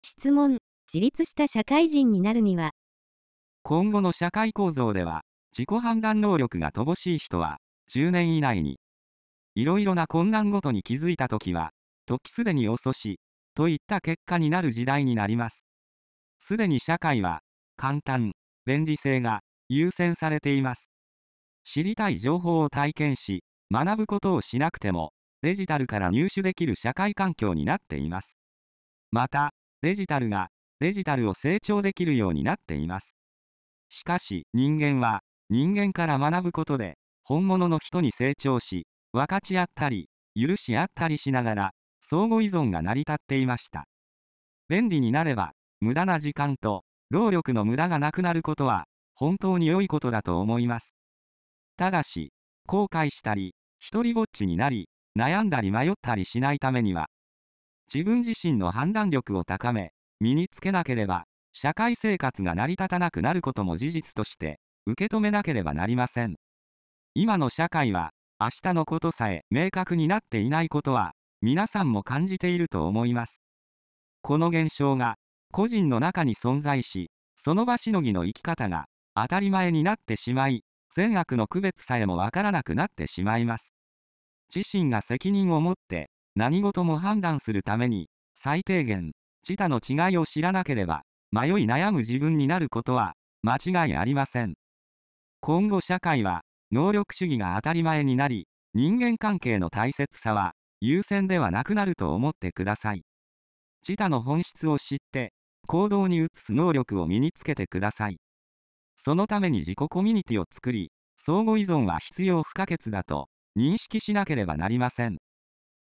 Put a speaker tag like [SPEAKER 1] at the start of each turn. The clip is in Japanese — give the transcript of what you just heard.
[SPEAKER 1] 質問。自立した社会人になるには、
[SPEAKER 2] 今後の社会構造では、自己判断能力が乏しい人は、10年以内に、いろいろな困難ごとに気づいたときは、時すでに遅し、といった結果になる時代になります。すでに社会は、簡単、便利性が優先されています。知りたい情報を体験し、学ぶことをしなくても、デジタルから入手できる社会環境になっています。また、デジタルが、デジタルを成長できるようになっています。しかし、人間は、人間から学ぶことで、本物の人に成長し、分かち合ったり、許し合ったりしながら、相互依存が成り立っていました。便利になれば、無駄な時間と、労力の無駄がなくなることは、本当に良いことだと思います。ただし、後悔したり、一りぼっちになり、悩んだり迷ったりしないためには、自分自身の判断力を高め、身につけなければ、社会生活が成り立たなくなることも事実として、受け止めなければなりません。今の社会は、明日のことさえ明確になっていないことは、皆さんも感じていると思います。この現象が、個人の中に存在し、その場しのぎの生き方が、当たり前になってしまい、善悪の区別さえもわからなくなってしまいます。自身が責任を持って、何事も判断するために、最低限、自他の違いを知らなければ、迷い悩む自分になることは、間違いありません。今後社会は、能力主義が当たり前になり、人間関係の大切さは、優先ではなくなると思ってください。自他の本質を知って、行動に移す能力を身につけてください。そのために自己コミュニティを作り、相互依存は必要不可欠だと認識しなければなりません。